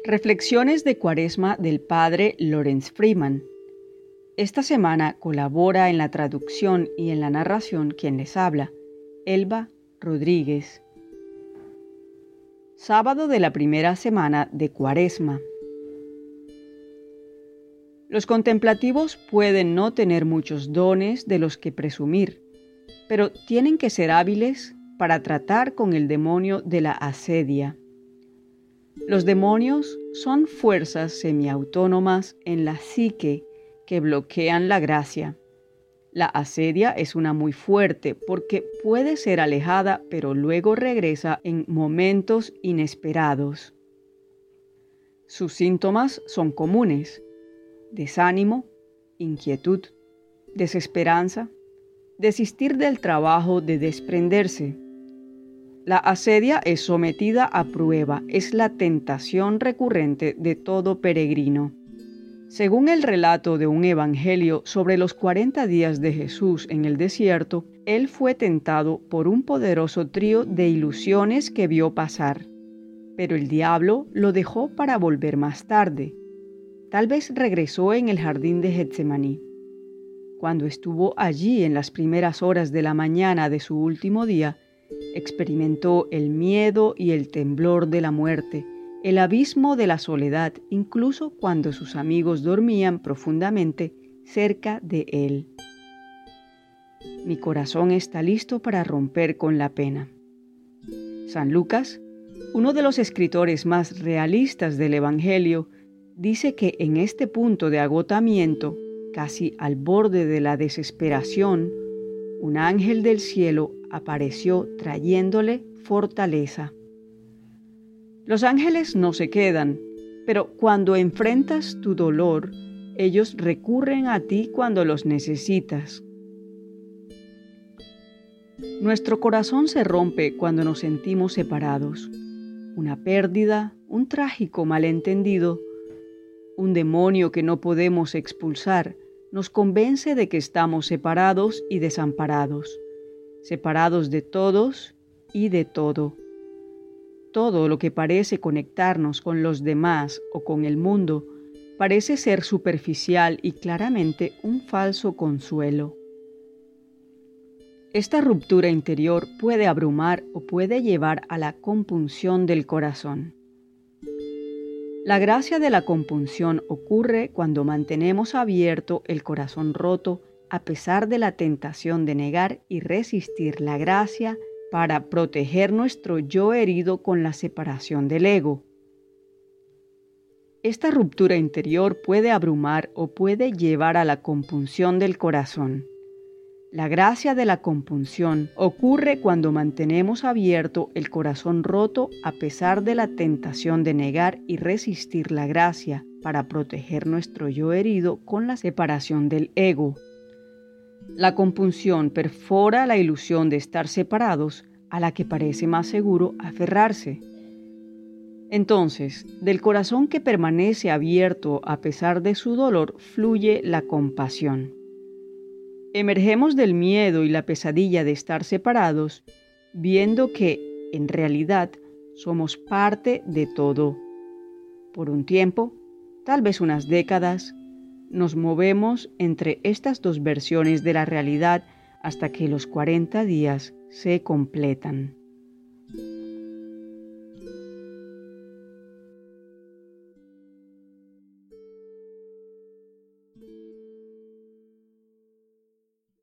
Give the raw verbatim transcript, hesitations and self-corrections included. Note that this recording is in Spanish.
Reflexiones de Cuaresma del Padre Lawrence Freeman. Esta semana colabora en la traducción y en la narración quien les habla, Elba Rodríguez. Sábado de la primera semana de Cuaresma. Los contemplativos pueden no tener muchos dones de los que presumir, pero tienen que ser hábiles para tratar con el demonio de la asedia. Los demonios son fuerzas semiautónomas en la psique que bloquean la gracia. La asedia es una muy fuerte porque puede ser alejada, pero luego regresa en momentos inesperados. Sus síntomas son comunes: desánimo, inquietud, desesperanza, desistir del trabajo de desprenderse. La asedia es sometida a prueba, es la tentación recurrente de todo peregrino. Según el relato de un evangelio sobre los cuarenta días de Jesús en el desierto, él fue tentado por un poderoso trío de ilusiones que vio pasar. Pero el diablo lo dejó para volver más tarde. Tal vez regresó en el jardín de Getsemaní. Cuando estuvo allí en las primeras horas de la mañana de su último día, experimentó el miedo y el temblor de la muerte, el abismo de la soledad, incluso cuando sus amigos dormían profundamente cerca de él. Mi corazón está listo para romper con la pena. San Lucas, uno de los escritores más realistas del Evangelio, dice que en este punto de agotamiento, casi al borde de la desesperación, un ángel del cielo apareció trayéndole fortaleza. Los ángeles no se quedan, pero cuando enfrentas tu dolor, ellos recurren a ti cuando los necesitas. Nuestro corazón se rompe cuando nos sentimos separados. Una pérdida, un trágico malentendido, un demonio que no podemos expulsar, nos convence de que estamos separados y desamparados, separados de todos y de todo. Todo lo que parece conectarnos con los demás o con el mundo parece ser superficial y claramente un falso consuelo. Esta ruptura interior puede abrumar o puede llevar a la compunción del corazón. La gracia de la compunción ocurre cuando mantenemos abierto el corazón roto a pesar de la tentación de negar y resistir la gracia para proteger nuestro yo herido con la separación del ego. Esta ruptura interior puede abrumar o puede llevar a la compunción del corazón. La gracia de la compunción ocurre cuando mantenemos abierto el corazón roto a pesar de la tentación de negar y resistir la gracia para proteger nuestro yo herido con la separación del ego. La compunción perfora la ilusión de estar separados a la que parece más seguro aferrarse. Entonces, del corazón que permanece abierto a pesar de su dolor fluye la compasión. Emergemos del miedo y la pesadilla de estar separados, viendo que, en realidad, somos parte de todo. Por un tiempo, tal vez unas décadas, nos movemos entre estas dos versiones de la realidad hasta que los cuarenta días se completan.